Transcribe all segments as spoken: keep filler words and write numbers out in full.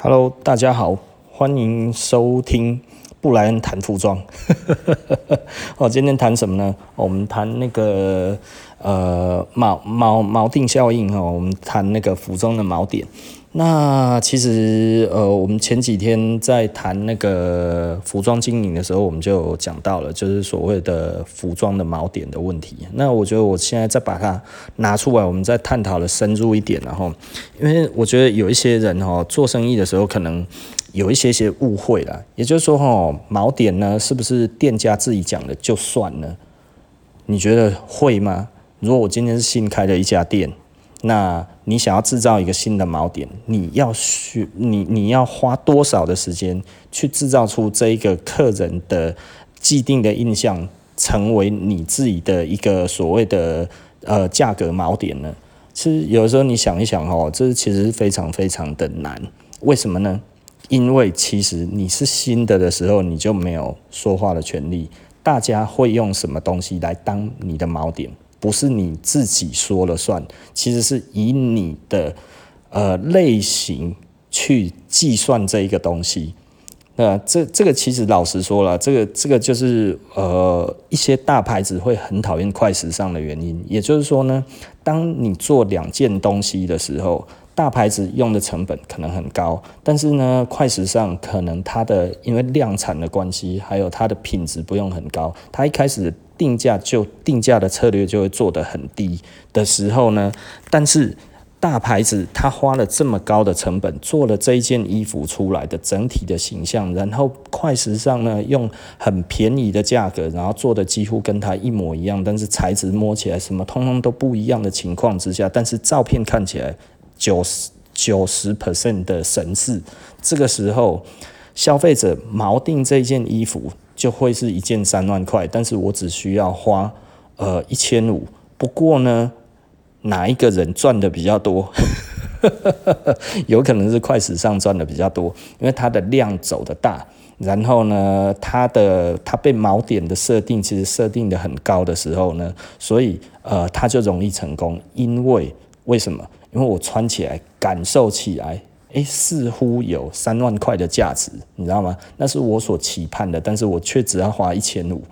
Hello，大家好，欢迎收听布莱恩谈服装。哦，今天谈什么呢？我们谈那个呃锚锚锚定效应哦，我们谈那个服装的锚点。那其实呃，我们前几天在谈那个服装经营的时候，我们就有讲到了，就是所谓的服装的锚点的问题。那我觉得我现在再把它拿出来，我们再探讨的深入一点，然后，因为我觉得有一些人哦，做生意的时候可能有一些些误会啦，也就是说哦，锚点呢是不是店家自己讲的就算了？你觉得会吗？如果我今天是新开的一家店，那你想要制造一个新的锚点，你要需你你要花多少的时间去制造出这一个客人的既定的印象，成为你自己的一个所谓的呃价格锚点呢？其实有的时候你想一想哦，这其实是非常非常的难。为什么呢？因为其实你是新的的时候，你就没有说话的权利。大家会用什么东西来当你的锚点？不是你自己说了算，其实是以你的呃类型去计算这一个东西。那这这个其实老实说了，这个这个就是呃一些大牌子会很讨厌快时尚的原因。也就是说呢，当你做两件东西的时候，大牌子用的成本可能很高，但是呢，快时尚可能它的因为量产的关系，还有它的品质不用很高，它一开始定价就定价的策略就会做得很低的时候呢，但是大牌子它花了这么高的成本做了这一件衣服出来的整体的形象，然后快时尚呢用很便宜的价格，然后做的几乎跟它一模一样，但是材质摸起来什么通通都不一样的情况之下，但是照片看起来九十九十 percent 的神似，这个时候消费者锚定这件衣服就会是一件三万块，但是我只需要花呃一千五。不过呢，哪一个人赚的比较多？有可能是快时尚赚的比较多，因为它的量走得大，然后呢，它的它被锚点的设定其实设定的很高的时候呢，所以呃它就容易成功。因为为什么？因为我穿起来感受起来。哎，似乎有三万块的价值，你知道吗？那是我所期盼的，但是我却只要花一千五。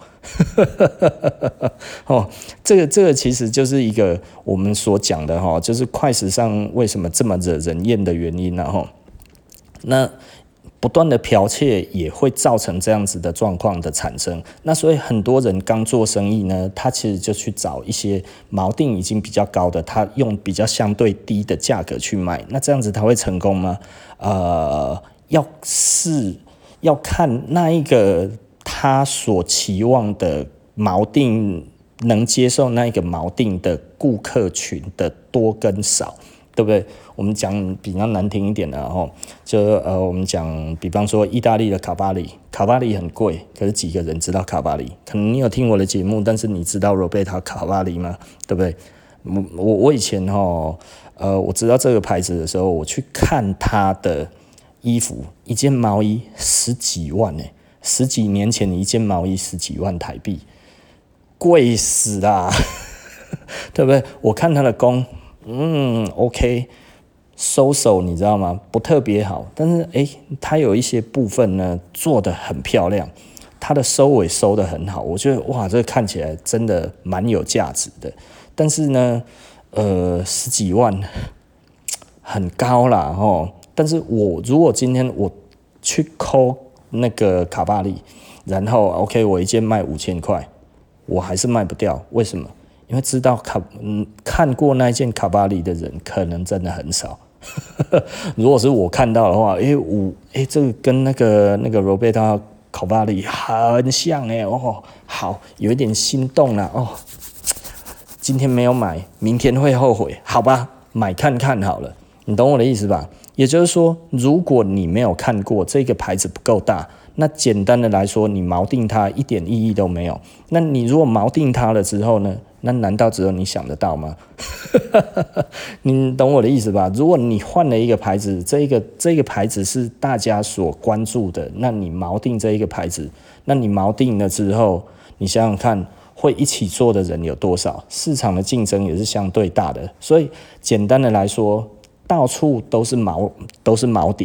哦，这个这个其实就是一个我们所讲的哈，就是快时尚为什么这么惹人厌的原因，然后那不断的剽窃也会造成这样子的状况的产生。那所以很多人刚做生意呢，他其实就去找一些锚定已经比较高的，他用比较相对低的价格去卖。那这样子他会成功吗？呃，要是要看那一个他所期望的锚定能接受那一个锚定的顾客群的多跟少。对不对？我们讲比较难听一点的哈，就呃，我们讲，比方说意大利的卡巴里，卡巴里很贵，可是几个人知道卡巴里？可能你有听我的节目，但是你知道 Roberto 卡巴里吗？对不对？我我我以前哈，呃，我知道这个牌子的时候，我去看他的衣服，一件毛衣十几万呢、欸，十几年前一件毛衣十几万台币，贵死啦，对不对？我看他的工。嗯 ，OK， 收手你知道吗？不特别好，但是诶，它有一些部分呢做得很漂亮，它的收尾收得很好，我觉得哇，这个看起来真的蛮有价值的。但是呢，呃，十几万很高啦齁。但是我如果今天我去抠那个卡巴利，然后 OK， 我一件卖五千块，我还是卖不掉，为什么？因为知道卡嗯看过那件卡巴里的人可能真的很少。如果是我看到的话，诶我诶这个跟那个那个 Roberto 卡巴里很像诶哦，好有一点心动了哦。今天没有买，明天会后悔，好吧，买看看好了，你懂我的意思吧？也就是说，如果你没有看过这个牌子不够大。那简单的来说，你锚定它一点意义都没有。那你如果锚定它了之后呢？那难道只有你想得到吗？你懂我的意思吧？如果你换了一个牌子，这个这个牌子是大家所关注的，那你锚定这一个牌子，那你锚定了之后，你想想看，会一起做的人有多少？市场的竞争也是相对大的。所以简单的来说，到处都是锚都是锚点。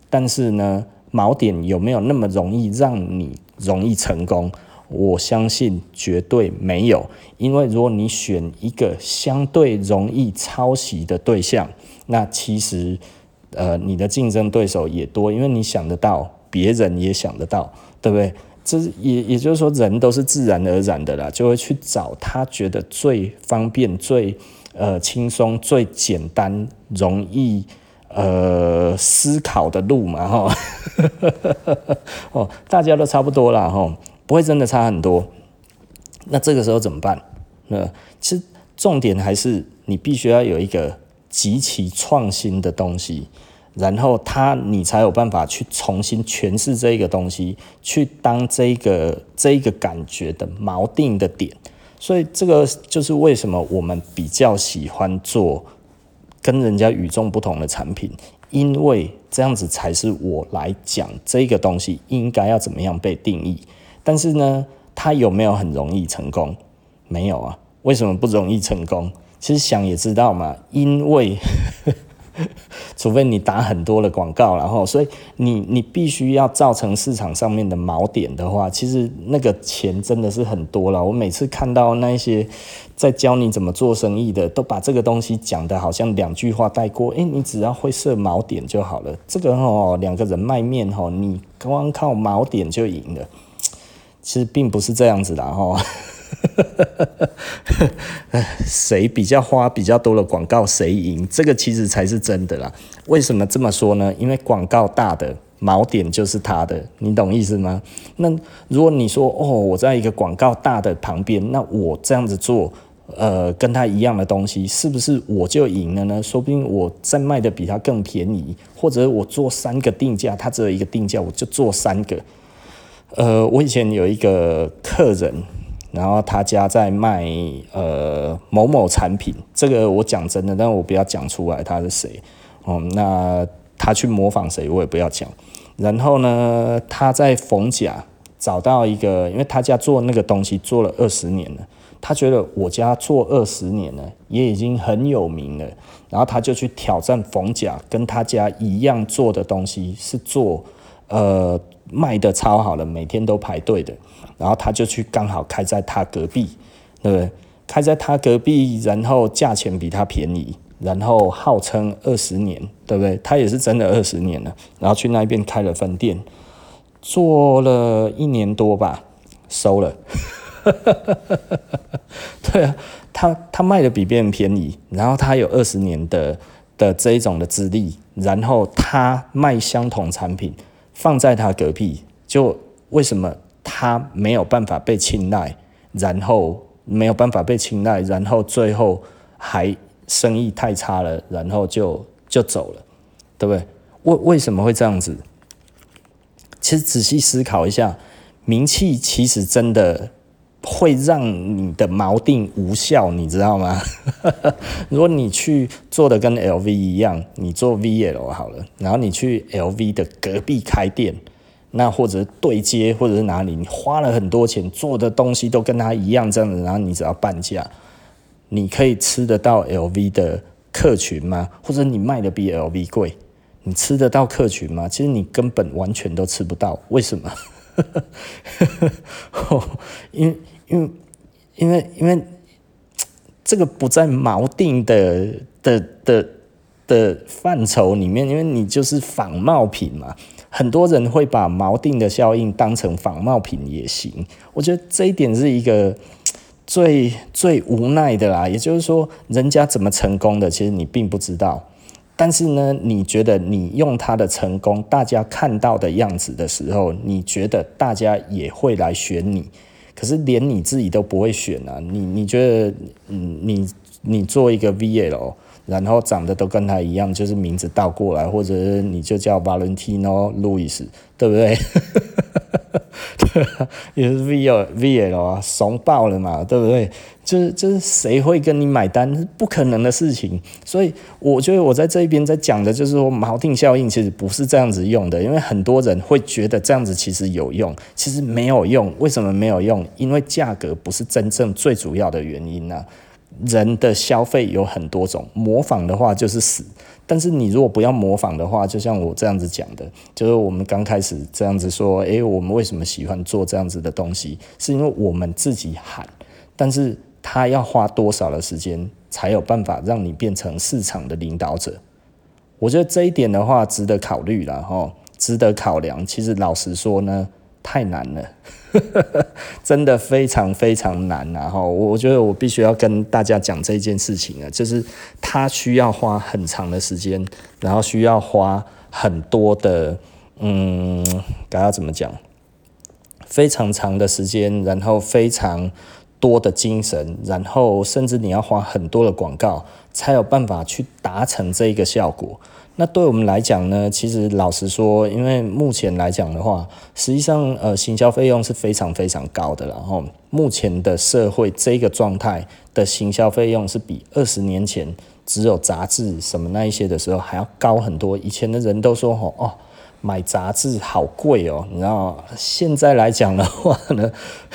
但是呢，锚点有没有那么容易让你容易成功？我相信绝对没有，因为如果你选一个相对容易抄袭的对象，那其实呃你的竞争对手也多，因为你想得到，别人也想得到，对不对？这也也就是说，人都是自然而然的啦，就会去找他觉得最方便、最呃轻松、最简单、容易呃思考的路嘛，哈，哦，大家都差不多啦，哈。不会真的差很多，那这个时候怎么办？那其实重点还是你必须要有一个极其创新的东西，然后它你才有办法去重新诠释这个东西，去当这个这一个感觉的锚定的点。所以这个就是为什么我们比较喜欢做跟人家与众不同的产品，因为这样子才是我来讲这个东西应该要怎么样被定义。但是呢，它有没有很容易成功？没有啊。为什么不容易成功？其实想也知道嘛，因为除非你打很多的广告，然后所以你你必须要造成市场上面的锚点的话，其实那个钱真的是很多了。我每次看到那些在教你怎么做生意的，都把这个东西讲的好像两句话带过，诶，你只要会设锚点就好了。这个哦，两个人卖面哦，你光靠锚点就赢了。其实并不是这样子啦，齁，谁比较花比较多的广告谁赢，这个其实才是真的啦。为什么这么说呢？因为广告大的锚点就是他的，你懂意思吗？那如果你说哦，我在一个广告大的旁边，那我这样子做，呃，跟他一样的东西，是不是我就赢了呢？说不定我再卖的比他更便宜，或者我做三个定价，他只有一个定价，我就做三个。呃，我以前有一个客人，然后他家在卖呃某某产品，这个我讲真的，但我不要讲出来他是谁哦。那他去模仿谁，我也不要讲。然后呢，他在逢甲找到一个，因为他家做那个东西做了二十年了，他觉得我家做二十年了，也已经很有名了，然后他就去挑战逢甲，跟他家一样做的东西是做呃。卖的超好的，每天都排队的，然后他就去刚好开在他隔壁，对不对？开在他隔壁，然后价钱比他便宜，然后号称二十年，对不对？他也是真的二十年了，然后去那边开了分店，做了一年多吧，收了。对啊，他他卖的比别人便宜，然后他有二十年的的这一种的资历，然后他卖相同产品。放在他隔壁，就为什么他没有办法被青睐，然后没有办法被青睐，然后最后还生意太差了，然后就就走了，对不对？为为什么会这样子？其实仔细思考一下，名气其实真的会让你的锚定无效，你知道吗？如果你去做的跟 L V 一样，你做 V L 好了，然后你去 L V 的隔壁开店，那或者对接，或者是哪里，你花了很多钱做的东西都跟他一样这样子，然后你只要半价，你可以吃得到 L V 的客群吗？或者你卖的比 L V 贵，你吃得到客群吗？其实你根本完全都吃不到，为什么？因为因为因为因为这个不在锚定的的的的范畴里面，因为你就是仿冒品嘛。很多人会把锚定的效应当成仿冒品也行，我觉得这一点是一个最最无奈的啦。也就是说，人家怎么成功的，其实你并不知道。但是呢，你觉得你用他的成功，大家看到的样子的时候，你觉得大家也会来选你，可是连你自己都不会选啊！你你觉得，嗯，你你做一个 V L， 然后长得都跟他一样，就是名字倒过来，或者你就叫 Valentino Luis， 对不对？对啊，也是 V L V L 啊，怂爆了嘛，对不对？就是就是谁会跟你买单？不可能的事情。所以我觉得我在这一边在讲的就是说，锚定效应其实不是这样子用的，因为很多人会觉得这样子其实有用，其实没有用。为什么没有用？因为价格不是真正最主要的原因啊。人的消费有很多种，模仿的话就是死， 但是你如果不要模仿的话，就像我这样子讲的，就是我们刚开始这样子说，诶，我们为什么喜欢做这样子的东西，是因为我们自己喊，但是他要花多少的时间才有办法让你变成市场的领导者？我觉得这一点的话值得考虑啦，齁，值得考量。其实老实说呢，太难了，真的非常非常难啊！齁，我觉得我必须要跟大家讲这件事情啊，就是它需要花很长的时间，然后需要花很多的，嗯，该要怎么讲？非常长的时间，然后非常多的精神，然后甚至你要花很多的广告，才有办法去达成这一个效果。那对我们来讲呢，其实老实说，因为目前来讲的话，实际上呃行销费用是非常非常高的，然后目前的社会这个状态的行销费用是比二十年前只有杂志什么那一些的时候还要高很多。以前的人都说哦哦买杂志好贵哦，你知道吗？现在来讲的话呢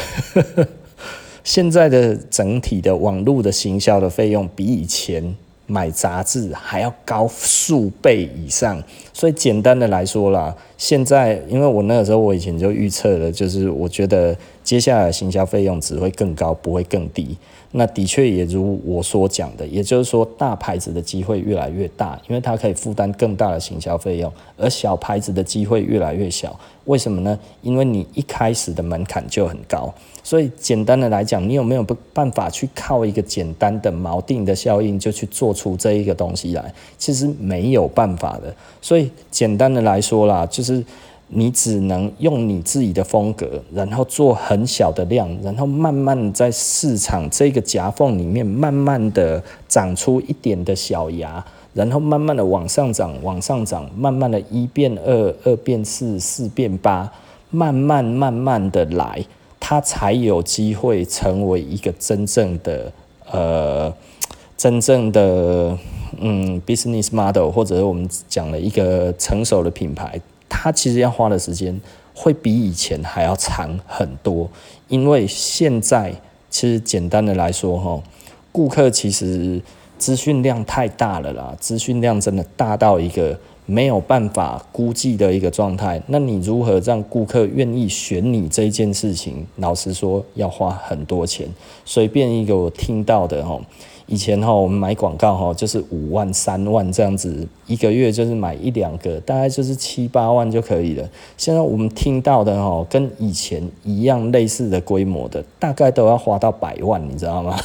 现在的整体的网络的行销的费用比以前买杂志还要高数倍以上，所以简单的来说啦，现在因为我那个时候我以前就预测了，就是我觉得接下来的行销费用只会更高，不会更低。那的确也如我所讲的，也就是说大牌子的机会越来越大，因为它可以负担更大的行销费用，而小牌子的机会越来越小。为什么呢？因为你一开始的门槛就很高，所以简单的来讲，你有没有办法去靠一个简单的锚定的效应就去做出这一个东西来？其实没有办法的。所以简单的来说啦，就是你只能用你自己的风格，然后做很小的量，然后慢慢在市场这个夹缝里面慢慢的长出一点的小芽，然后慢慢的往上涨往上涨，慢慢的一变二，二变四，四变八，慢慢慢慢的来，它才有机会成为一个真正的呃真正的嗯 business model， 或者我们讲了一个成熟的品牌。它其实要花的时间会比以前还要长很多，因为现在其实简单的来说，顾客其实资讯量太大了啦，资讯量真的大到一个没有办法估计的一个状态。那你如何让顾客愿意选你这一件事情？老实说，要花很多钱。随便一个我听到的以前我们买广告就是五万三万这样子，一个月就是买一两个，大概就是七八万就可以了。现在我们听到的跟以前一样类似的规模的，大概都要花到百万，你知道吗？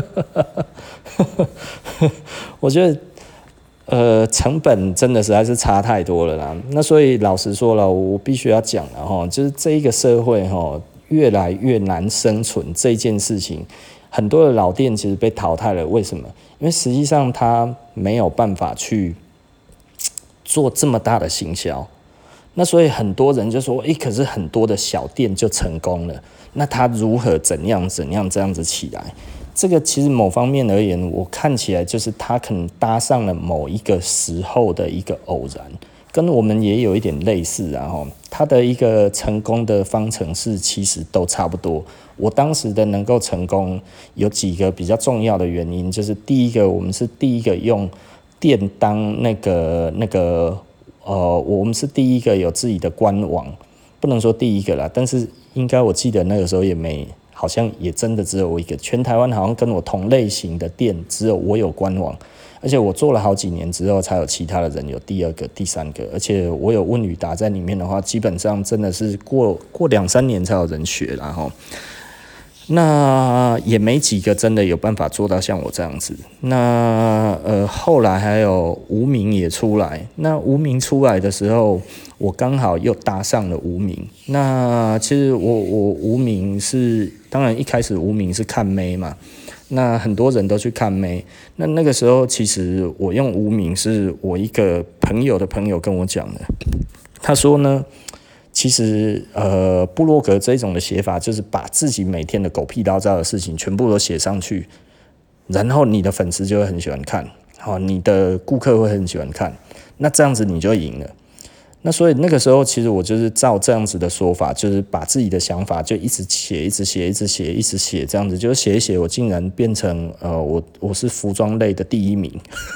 我觉得呃成本真的实在是差太多了啦。那所以老实说了，我必须要讲了，就是这一个社会越来越难生存这件事情。很多的老店其实被淘汰了，为什么？因为实际上它没有办法去做这么大的行销，那所以很多人就说，诶，可是很多的小店就成功了，那它如何怎样怎样这样子起来？这个其实某方面而言，我看起来就是它可能搭上了某一个时候的一个偶然，跟我们也有一点类似啊，它的一个成功的方程式其实都差不多。我当时的能够成功有几个比较重要的原因，就是第一个，我们是第一个用店当那个那个呃，我们是第一个有自己的官网，不能说第一个啦，但是应该我记得那个时候也没，好像也真的只有我一个，全台湾好像跟我同类型的店只有我有官网。而且我做了好几年之后，才有其他的人有第二个、第三个，而且我有问语答在里面的话，基本上真的是过过两三年才有人学啦齁。那也没几个真的有办法做到像我这样子。那呃后来还有无名也出来，那无名出来的时候，我刚好又搭上了无名。那其实我我无名是，当然一开始无名是看妹嘛。那很多人都去看妹，那那个时候其实我用无名是我一个朋友的朋友跟我讲的，他说呢，其实呃部落格这种的写法就是把自己每天的狗屁倒灶的事情全部都写上去，然后你的粉丝就会很喜欢看，好，你的顾客会很喜欢看，那这样子你就赢了。 那所以那个时候，其实我就是照这样子的说法，就是把自己的想法就一直写，一直写，一直写，一直写，这样子，就写一写，我竟然变成呃，我我是服装类的第一名，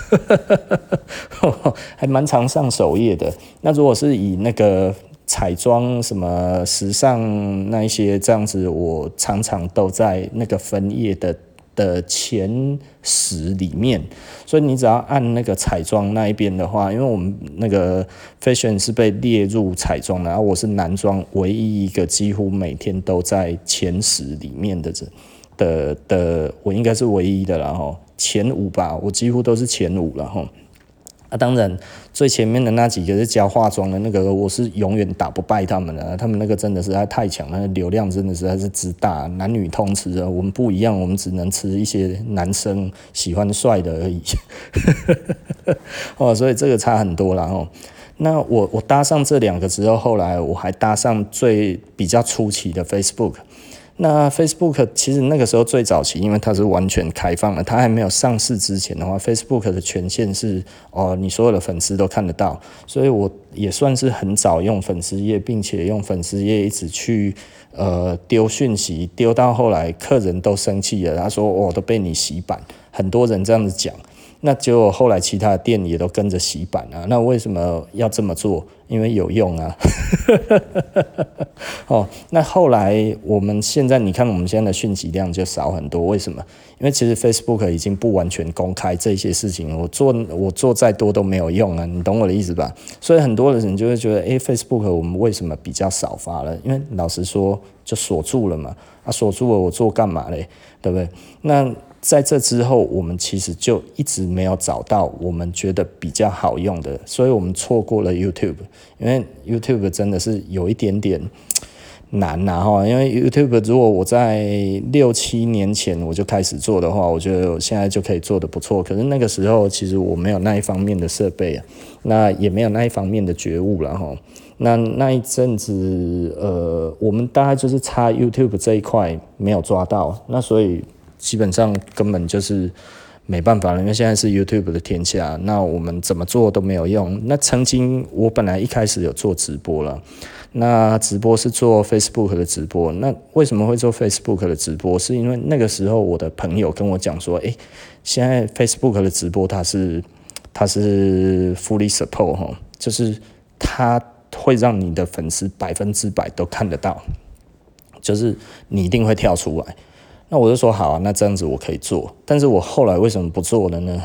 还蛮常上首页的。那如果是以那个彩妆什么时尚那一些这样子，我常常都在那个分页的的前十里面，所以你只要按那个彩妆那一边的话，因为我们那个 fashion 是被列入彩妆的，然后我是男装唯一一个几乎每天都在前十里面的的的，我应该是唯一的啦齁，前五吧，我几乎都是前五啦齁。啊，当然最前面的那几个是教化妆的那个，我是永远打不败他们的，他们那个真的实在太强了，那流量真的实在是之大，男女通吃啊。我们不一样，我们只能吃一些男生喜欢帅的而已。哦，所以这个差很多啦哦。那我我搭上这两个之后，后来我还搭上最比较初期的 Facebook。那 Facebook 其实那个时候最早期，因为它是完全开放的，它还没有上市之前的话 ，Facebook 的权限是哦，你所有的粉丝都看得到，所以我也算是很早用粉丝页，并且用粉丝页一直去呃丢讯息，丢到后来客人都生气了，他说哦都被你洗版，很多人这样子讲。那结果后来其他的店也都跟着洗版啊，那为什么要这么做？因为有用啊。哦，那后来我们现在你看我们现在的讯息量就少很多，为什么？因为其实 Facebook 已经不完全公开这些事情，我做我做再多都没有用啊，你懂我的意思吧？所以很多的人就会觉得，哎 ，Facebook 我们为什么比较少发了？因为老实说就锁住了嘛，啊，锁住了我做干嘛嘞？对不对？那在这之后，我们其实就一直没有找到我们觉得比较好用的，所以我们错过了 YouTube， 因为 YouTube 真的是有一点点难呐哈，因为 YouTube 如果我在六七年前我就开始做的话，我觉得我现在就可以做得不错。可是那个时候其实我没有那一方面的设备啊，那也没有那一方面的觉悟了哈。那那一阵子，呃，我们大概就是差 YouTube 这一块没有抓到，那所以。基本上根本就是没办法了，因为现在是 YouTube 的天下，那我们怎么做都没有用。那曾经我本来一开始有做直播了，那直播是做 Facebook 的直播。那为什么会做 Facebook 的直播？是因为那个时候我的朋友跟我讲说，诶，现在 Facebook 的直播它是它是 fully support 哈，就是它会让你的粉丝百分之百都看得到，就是你一定会跳出来。那我就说好啊，那这样子我可以做，但是我后来为什么不做了呢？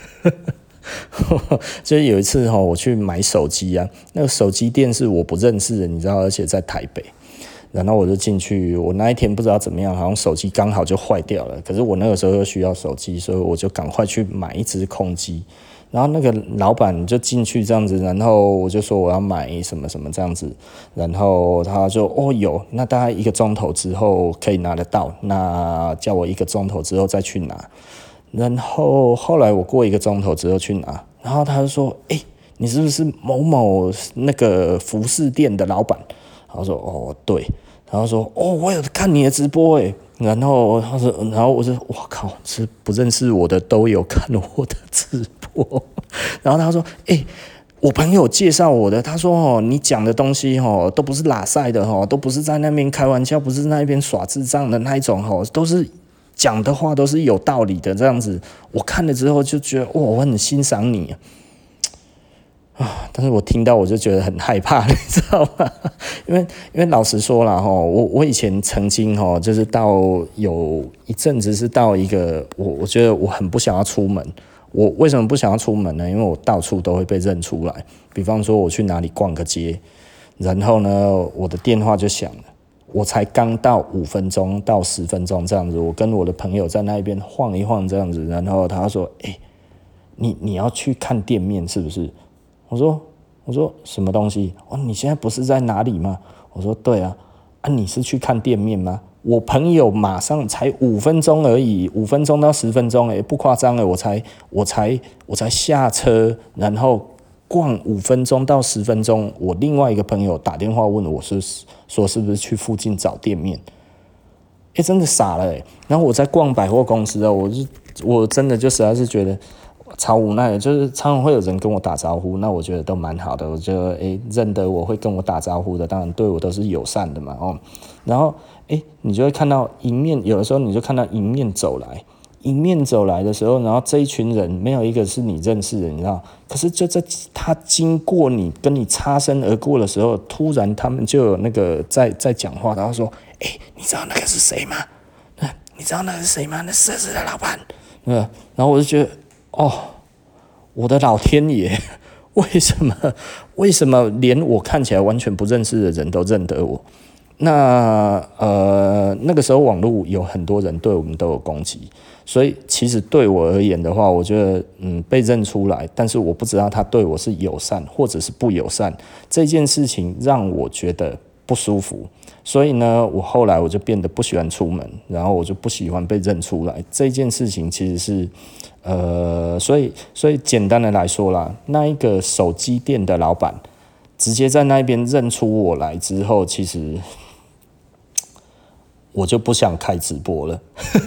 就是有一次哈，我去买手机啊，那个手机店是我不认识的，你知道，而且在台北，然后我就进去，我那一天不知道怎么样，好像手机刚好就坏掉了，可是我那个时候又需要手机，所以我就赶快去买一只空机。然后那个老板就进去这样子，然后我就说我要买什么什么这样子，然后他就哦有，那大概一个钟头之后可以拿得到，那叫我一个钟头之后再去拿。然后后来我过一个钟头之后去拿，然后他就说，哎，你是不是某某那个服饰店的老板？然后说哦对，然后说哦我有看你的直播诶。然后他说，然后我就我靠，是不认识我的都有看我的直播。然后他说，哎、欸，我朋友介绍我的，他说哦，你讲的东西哦，都不是拉塞的哦，都不是在那边开玩笑，不是在那边耍智障的那一种哦，都是讲的话都是有道理的这样子。我看了之后就觉得，哇，我很欣赏你啊。啊！但是我听到我就觉得很害怕，你知道吗？因为因为老实说啦，哈，我我以前曾经哈，就是到有一阵子是到一个我我觉得我很不想要出门。我为什么不想要出门呢？因为我到处都会被认出来。比方说我去哪里逛个街，然后呢，我的电话就响了。我才刚到五分钟到十分钟这样子，我跟我的朋友在那边晃一晃这样子，然后他说：“哎、欸，你你要去看店面是不是？”我说我说什么东西？哦，你现在不是在哪里吗？我说对啊，啊你是去看店面吗？我朋友马上才五分钟而已，五分钟到十分钟，哎，不夸张了，我才我才我才下车，然后逛五分钟到十分钟。我另外一个朋友打电话问我是说是不是去附近找店面？哎，真的傻了哎。然后我在逛百货公司啊，我就我真的就实在是觉得。 超无奈的，就是常常会有人跟我打招呼，那我觉得都蛮好的。我觉得诶，认得我会跟我打招呼的，当然对我都是友善的嘛哦。然后诶，你就会看到迎面，有的时候你就看到迎面走来，迎面走来的时候，然后这一群人没有一个是你认识的，你知道？可是就在他经过你，跟你擦身而过的时候，突然他们就有那个在在讲话，然后说：“诶，你知道那个是谁吗？你知道那个是谁吗？那设施的老板。”嗯，然后我就觉得。哦，我的老天爷，为什么为什么连我看起来完全不认识的人都认得我？那呃那个时候网络有很多人对我们都有攻击，所以其实对我而言的话，我觉得嗯被认出来，但是我不知道他对我是友善或者是不友善，这件事情让我觉得不舒服。所以呢，我后来我就变得不喜欢出门，然后我就不喜欢被认出来。这件事情其实是，呃，所以所以简单的来说啦，那一个手机店的老板直接在那边认出我来之后，其实我就不想开直播了。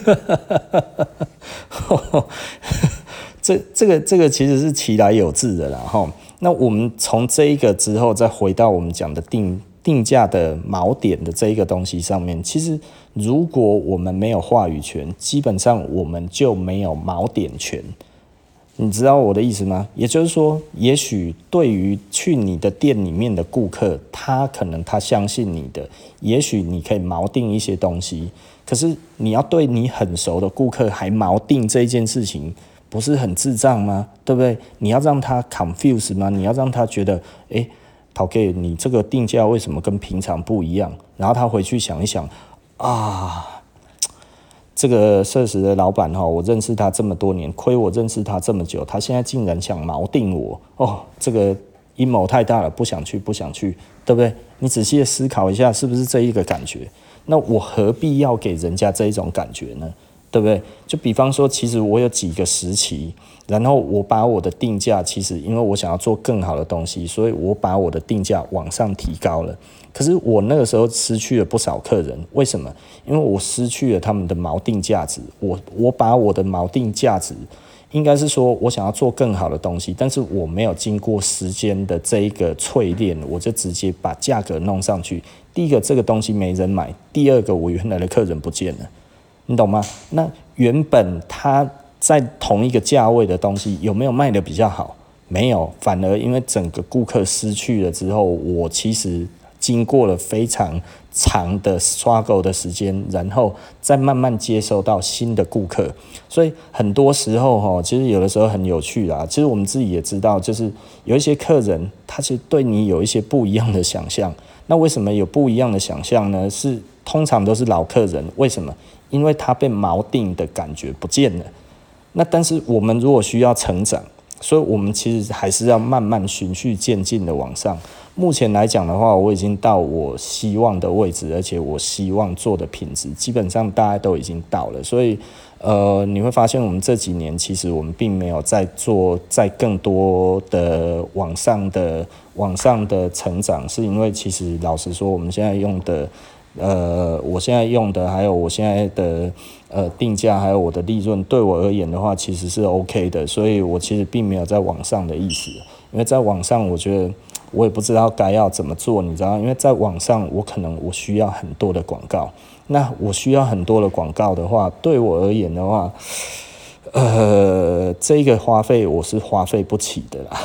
这这个这个其实是其来有自的啦哈。那我们从这一个之后，再回到我们讲的定。定价的锚点的这一个东西上面，其实如果我们没有话语权，基本上我们就没有锚点权。你知道我的意思吗？也就是说，也许对于去你的店里面的顾客，他可能他相信你的，也许你可以锚定一些东西。可是你要对你很熟的顾客还锚定这件事情，不是很智障吗？对不对？你要让他 confuse 吗？你要让他觉得，诶陶给你这个定价为什么跟平常不一样？然后他回去想一想，啊，这个设施的老板哈，我认识他这么多年，亏我认识他这么久，他现在竟然想锚定我，哦，这个阴谋太大了，不想去，不想去，对不对？你仔细的思考一下，是不是这一个感觉？那我何必要给人家这一种感觉呢？对不对？就比方说，其实我有几个时期，然后我把我的定价，其实因为我想要做更好的东西，所以我把我的定价往上提高了。可是我那个时候失去了不少客人，为什么？因为我失去了他们的锚定价值。我我把我的锚定价值，应该是说我想要做更好的东西，但是我没有经过时间的这一个淬炼，我就直接把价格弄上去。第一个，这个东西没人买；第二个，我原来的客人不见了。你懂吗？那原本他在同一个价位的东西有没有卖得比较好？没有，反而因为整个顾客失去了之后，我其实经过了非常长的刷购的时间，然后再慢慢接收到新的顾客。所以很多时候其实有的时候很有趣啦。其实我们自己也知道，就是有一些客人他其实对你有一些不一样的想象。那为什么有不一样的想象呢？是通常都是老客人，为什么？因为他被锚定的感觉不见了。那但是我们如果需要成长，所以我们其实还是要慢慢循序渐进的往上。目前来讲的话，我已经到我希望的位置，而且我希望做的品质，基本上大家都已经到了。所以，呃，你会发现我们这几年其实我们并没有在做在更多的往上的往上的成长，是因为其实老实说，我们现在用的。呃，我现在用的，还有我现在的呃定价，还有我的利润，对我而言的话，其实是 OK 的，所以我其实并没有在往上的意思，因为在网上，我觉得我也不知道该要怎么做，你知道，因为在网上，我可能我需要很多的广告，那我需要很多的广告的话，对我而言的话，呃，这个花费我是花费不起的啦。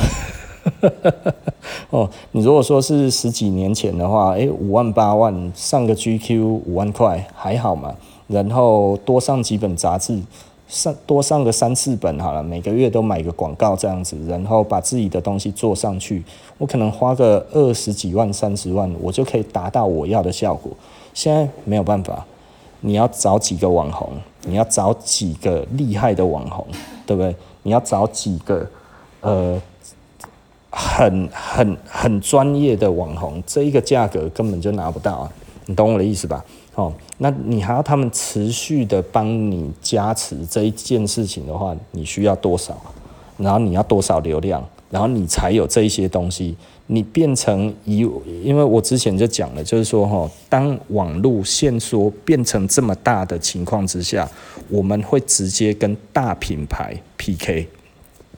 哦，你如果说是十几年前的话，诶，五万八万上个 G Q 五万块还好嘛，然后多上几本杂志，上多上个三四本好了，每个月都买个广告这样子，然后把自己的东西做上去，我可能花个二十几万、三十万，我就可以达到我要的效果。现在没有办法，你要找几个网红，你要找几个厉害的网红，对不对？你要找几个呃。很很很专业的网红，这一个价格根本就拿不到啊，你懂我的意思吧？哦，那你还要他们持续的帮你加持这一件事情的话，你需要多少？然后你要多少流量？然后你才有这一些东西。你变成以，因为我之前就讲了，就是说哈，当网络限缩变成这么大的情况之下，我们会直接跟大品牌 P K。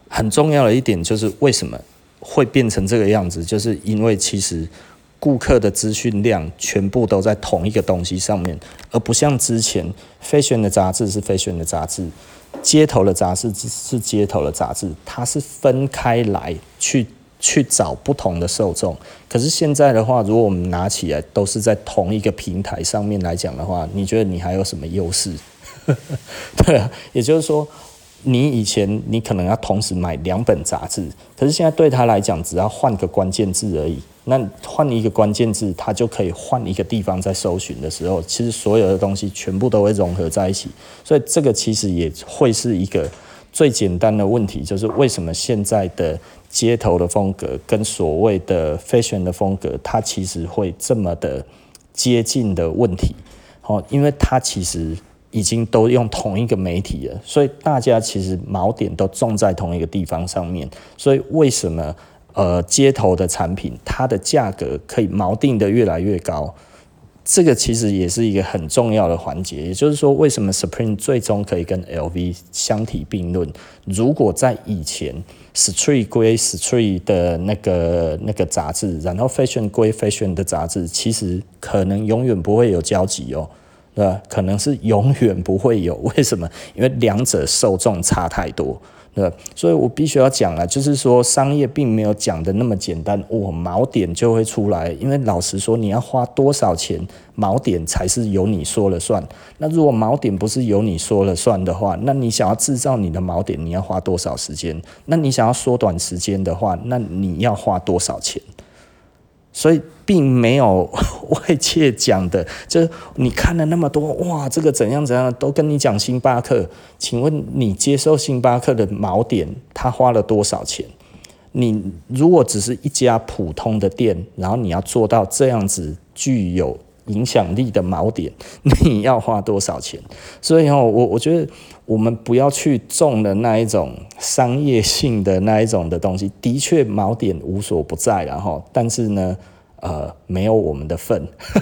很重要的一点就是为什么会变成这个样子，就是因为其实顾客的资讯量全部都在同一个东西上面，而不像之前fashion的杂志是fashion的杂志，街头的杂志是街头的杂志，它是分开来去去找不同的受众。可是现在的话，如果我们拿起来都是在同一个平台上面来讲的话，你觉得你还有什么优势？对啊，也就是说，你以前你可能要同时买两本杂志，可是现在对他来讲，只要换个关键字而已。那换一个关键字，他就可以换一个地方在搜寻的时候，其实所有的东西全部都会融合在一起。所以这个其实也会是一个最简单的问题，就是为什么现在的街头的风格跟所谓的 fashion 的风格，它其实会这么的接近的问题。哦，因为它其实已经都用同一个媒体了，所以大家其实锚点都种在同一个地方上面。所以为什么呃街头的产品它的价格可以锚定的越来越高？这个其实也是一个很重要的环节，也就是说，为什么 Supreme 最终可以跟 L V 相提并论？如果在以前 Street 归 Street 的那个那个杂志，然后 Fashion 归 Fashion 的杂志，其实可能永远不会有交集哦，对吧？可能是永远不会有。为什么？因为两者受众差太多。对，所以我必须要讲了，就是说商业并没有讲的那么简单，我、哦、锚点就会出来。因为老实说，你要花多少钱，锚点才是由你说了算。那如果锚点不是由你说了算的话，那你想要制造你的锚点，你要花多少时间？那你想要缩短时间的话，那你要花多少钱？所以并没有外界讲的，就是你看了那么多，哇，这个怎样怎样，都跟你讲星巴克。请问你接受星巴克的锚点，他花了多少钱？你如果只是一家普通的店，然后你要做到这样子具有影响力的锚点，你要花多少钱？所以、哦、我我觉得我们不要去中了那一种商业性的那一种的东西。的确锚点无所不在啦齁，但是呢呃没有我们的份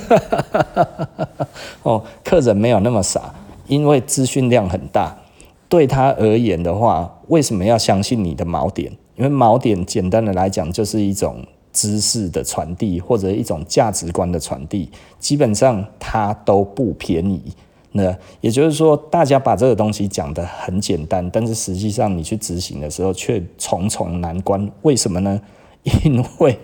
哦，客人没有那么傻，因为资讯量很大，对他而言的话，为什么要相信你的锚点？因为锚点简单的来讲就是一种知识的传递，或者一种价值观的传递，基本上它都不便宜。那也就是说，大家把这个东西讲得很简单，但是实际上你去执行的时候却重重难关。为什么呢？因为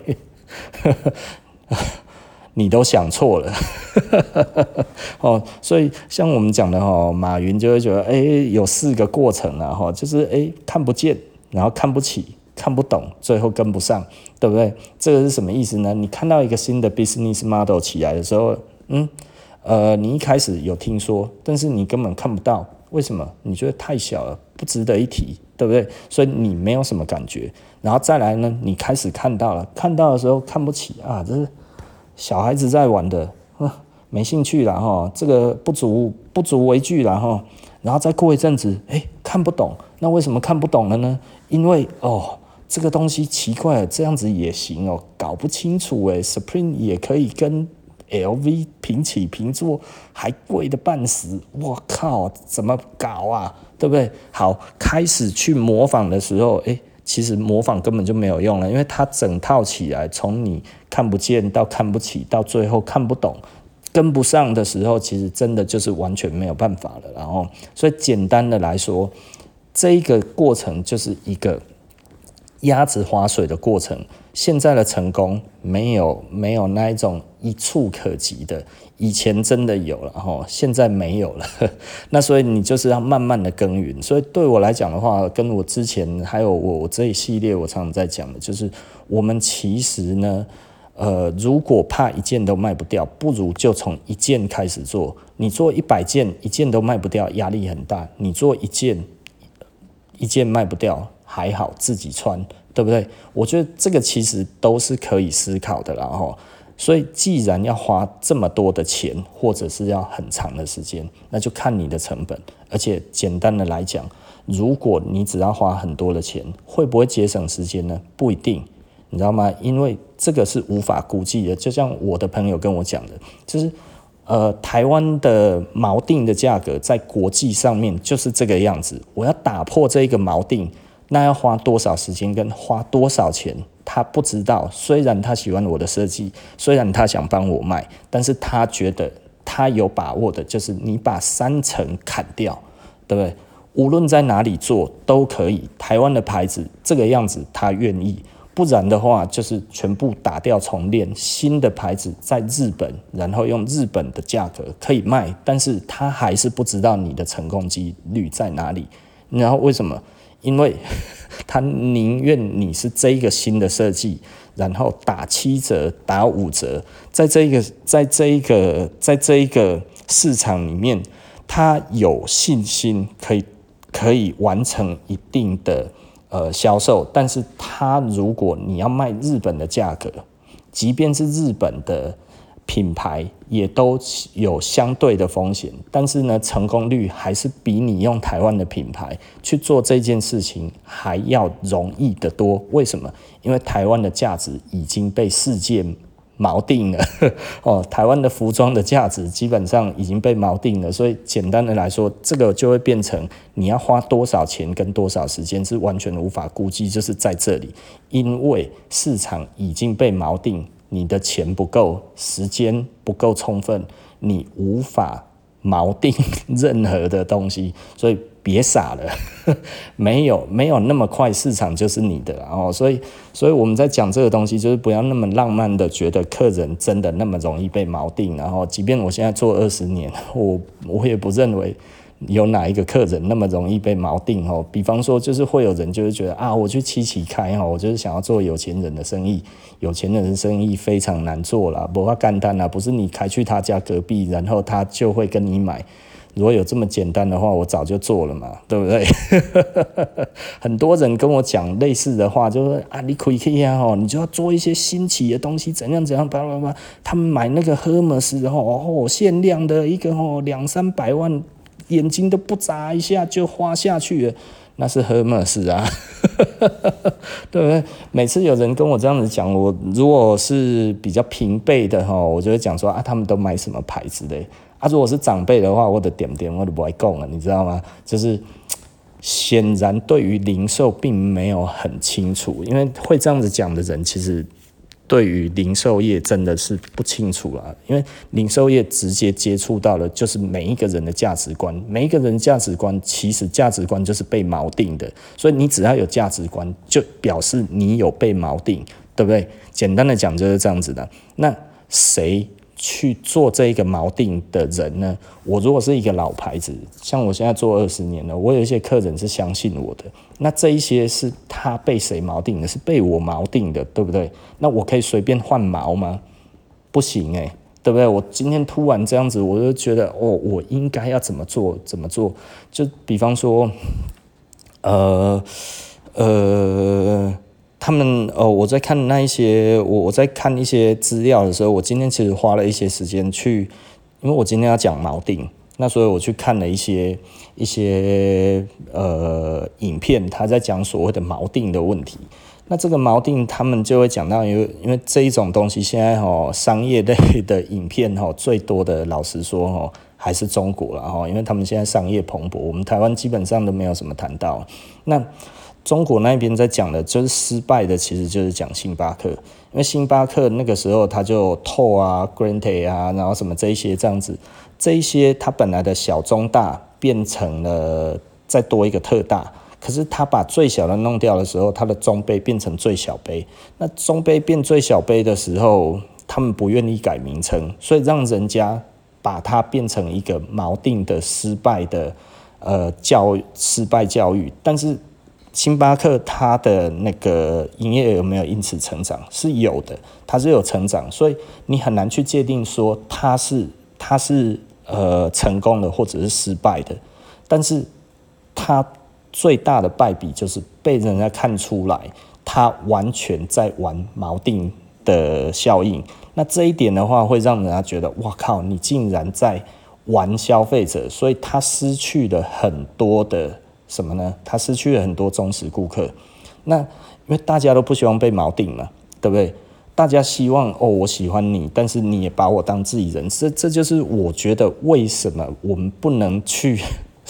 你都想错了哦，所以像我们讲的哦，马云就会觉得，哎，有四个过程啊，哈，就是哎看不见，然后看不起，看不懂，最后跟不上，对不对？这个是什么意思呢？你看到一个新的 business model 起来的时候，嗯，呃，你一开始有听说，但是你根本看不到，为什么？你觉得太小了，不值得一提，对不对？所以你没有什么感觉。然后再来呢，你开始看到了，看到的时候看不起啊，这是小孩子在玩的，啊、没兴趣啦哈，这个不足不足为惧啦哈。然后再过一阵子，哎，看不懂，那为什么看不懂了呢？因为哦，这个东西奇怪了，这样子也行哦，搞不清楚哎 ，Supreme 也可以跟 L V 平起平坐，还贵的半死，我靠，怎么搞啊？对不对？好，开始去模仿的时候，哎。其实模仿根本就没有用了，因为它整套起来，从你看不见到看不起，到最后看不懂、跟不上的时候，其实真的就是完全没有办法了。然后，所以简单的来说，这一个过程就是一个鸭子划水的过程。现在的成功没有没有那一种一触可及的，以前真的有了齁，现在没有了。那所以你就是要慢慢的耕耘。所以对我来讲的话，跟我之前还有我我这一系列我常常在讲的，就是我们其实呢，呃，如果怕一件都卖不掉，不如就从一件开始做。你做一百件，一件都卖不掉，压力很大；你做一件，一件卖不掉，还好自己穿。对不对？我觉得这个其实都是可以思考的啦齁。所以既然要花这么多的钱，或者是要很长的时间，那就看你的成本。而且简单的来讲，如果你只要花很多的钱，会不会节省时间呢？不一定，你知道吗？因为这个是无法估计的。就像我的朋友跟我讲的，就是呃，台湾的锚定的价格在国际上面就是这个样子。我要打破这个锚定。 那要花多少时间跟花多少钱，他不知道。虽然他喜欢我的设计，虽然他想帮我卖，但是他觉得他有把握的就是你把三成砍掉，对不对？无论在哪里做都可以，台湾的牌子这个样子他愿意，不然的话就是全部打掉重练，新的牌子在日本，然后用日本的价格可以卖，但是他还是不知道你的成功几率在哪里。然后为什么？因为他宁愿你是这一个新的设计，然后打七折、打五折，在这一个在这一个在这一个市场里面，他有信心可以可以完成一定的呃销售，但是他如果你要卖日本的价格，即便是日本的品牌也都有相对的风险，但是呢，成功率还是比你用台湾的品牌去做这件事情还要容易得多。为什么？因为台湾的价值已经被世界锚定了哦，台湾的服装的价值基本上已经被锚定了，所以简单的来说，这个就会变成你要花多少钱跟多少时间是完全无法估计，就是在这里，因为市场已经被锚定。你的钱不够，时间不够充分，你无法锚定任何的东西，所以别傻了，没有没有那么快市场就是你的哦，所以所以我们在讲这个东西，就是不要那么浪漫的觉得客人真的那么容易被锚定，然后即便我现在做二十年，我我也不认为有哪一个客人那么容易被锚定哦？比方说，就是会有人就是觉得啊，我去七期开哈，我就是想要做有钱人的生意，有钱人的生意非常难做啦，不要干单啦，不是你开去他家隔壁，然后他就会跟你买。如果有这么简单的话，我早就做了嘛，对不对？很多人跟我讲类似的话，就说啊，你开起啊，你就要做一些新奇的东西，怎样怎样，叭叭叭。他们买那个 Hermes 哦，限量的一个哦，两三百万。眼睛都不眨一下就花下去了，那是Hermes啊，对不对？每次有人跟我这样子讲，我如果是比较平辈的哈，我就会讲说啊，他们都买什么牌子的啊？如果是长辈的话，我的点点我都不爱讲了，你知道吗？就是显然对于零售并没有很清楚，因为会这样子讲的人，其实对于零售业真的是不清楚啦，因为零售业直接接触到的就是每一个人的价值观，每一个人的价值观其实价值观就是被锚定的，所以你只要有价值观，就表示你有被锚定，对不对？简单的讲就是这样子的。那谁去做这一个锚定的人呢？我如果是一个老牌子，像我现在做二十年了，我有一些客人是相信我的，那这一些是他被谁锚定的？是被我锚定的，对不对？那我可以随便换锚吗？不行欸，对不对？我今天突然这样子，我就觉得哦，我应该要怎么做？怎么做？就比方说，呃呃。他们哦，我在看那一些，我我在看一些资料的时候，我今天其实花了一些时间去，因为我今天要讲锚定，那所以我去看了一些一些呃影片，他在讲所谓的锚定的问题。那这个锚定，他们就会讲到，因为因为这一种东西，现在哦商业类的影片哦最多的，老实说哦还是中国了哈，因为他们现在商业蓬勃，我们台湾基本上都没有什么谈到。那中国那边在讲的就是失败的，其实就是讲星巴克，因为星巴克那个时候他就透啊、Grande 啊，然后什么这一些这样子，这一些它本来的小中大变成了再多一个特大，可是他把最小的弄掉的时候，他的中杯变成最小杯，那中杯变最小杯的时候，他们不愿意改名称，所以让人家把它变成一个锚定的失败的呃教失败教育，但是星巴克它的那个营业额有没有因此成长？是有的，它是有成长，所以你很难去界定说它是它是呃成功的或者是失败的，但是它最大的败笔就是被人家看出来，它完全在玩锚定的效应。那这一点的话，会让人家觉得，哇靠，你竟然在玩消费者，所以他失去了很多的。什么呢？他失去了很多忠实顾客。那因为大家都不希望被锚定嘛，对不对？大家希望哦，我喜欢你，但是你也把我当自己人。这这就是我觉得为什么我们不能去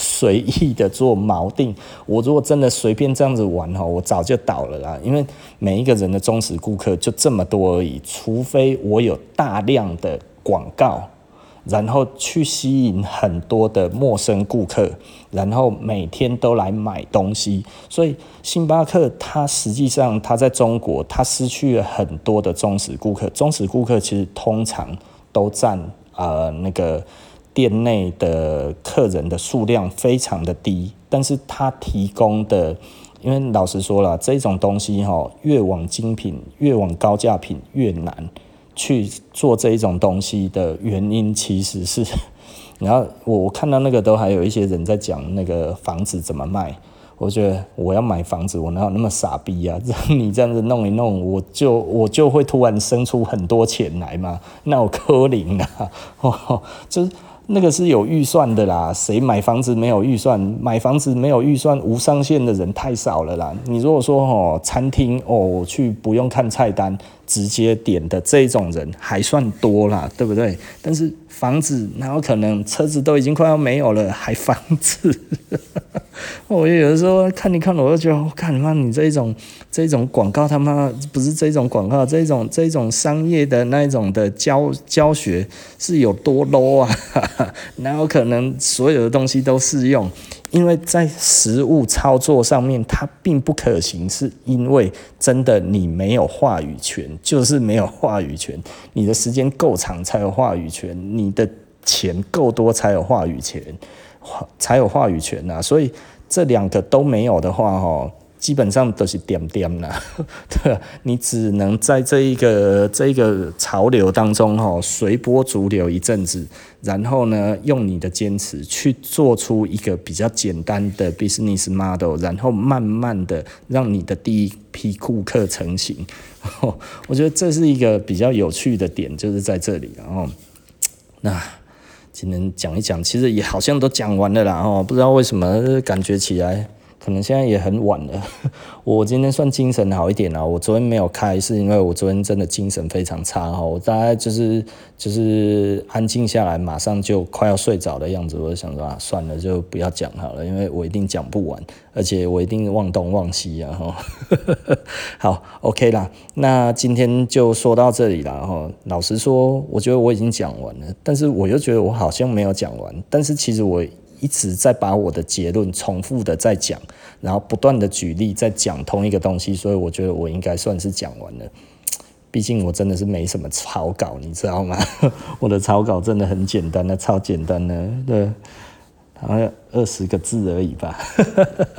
随意的做锚定。我如果真的随便这样子玩哈，我早就倒了啦。因为每一个人的忠实顾客就这么多而已，除非我有大量的广告，然后去吸引很多的陌生顾客，然后每天都来买东西。所以星巴克它实际上它在中国它失去了很多的忠实顾客，忠实顾客其实通常都占呃那个店内的客人的数量非常的低，但是它提供的，因为老实说啦，这种东西哈，越往精品越往高价品越难去做这一种东西的原因，其实是，然后我我看到那个都还有一些人在讲那个房子怎么卖，我觉得我要买房子，我哪有那么傻逼啊？让你这样子弄一弄，我就我就会突然生出很多钱来嘛？那我可能啦，哦，就是。那个是有预算的啦，谁买房子没有预算？买房子没有预算无上限的人太少了啦。你如果说哦，餐厅哦，我去不用看菜单直接点的这种人还算多啦，对不对？但是房子哪有可能？车子都已经快要没有了，还房子？我有的时候看一看，我就觉得，我看妈你这一种这一种广告，他妈不是这种广告，这一种这一种商业的那一种的教教学是有多 low 啊？哪有可能所有的东西都适用？因为在实务操作上面，它并不可行，是因为真的你没有话语权，就是没有话语权。你的时间够长才有话语权，你的钱够多才有话语权，才有话语权啊！所以这两个都没有的话，哈。基本上都是点点啦，对，你只能在这一个这一个潮流当中哈，随波逐流一阵子，然后呢，用你的坚持去做出一个比较简单的 business model， 然后慢慢的让你的第一批顾客成型。我觉得这是一个比较有趣的点，就是在这里，然后那。今天讲一讲，其实也好像都讲完了啦，哦，不知道为什么感觉起来。可能现在也很晚了，我今天算精神好一点啦。我昨天没有开，是因为我昨天真的精神非常差哈。我大概就是就是安静下来，马上就快要睡着的样子。我就想说啊，算了，就不要讲好了，因为我一定讲不完，而且我一定忘东忘西啊哈。好 ，OK 啦，那今天就说到这里啦哈。老实说，我觉得我已经讲完了，但是我又觉得我好像没有讲完，但是其实我。一直在把我的结论重复的在讲，然后不断的举例在讲同一个东西，所以我觉得我应该算是讲完了。毕竟我真的是没什么草稿，你知道吗？我的草稿真的很简单的，超简单的，对，好像二十个字而已吧。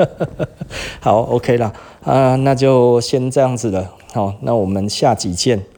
好 ，OK 啦，啊，那就先这样子了。好，那我们下集见。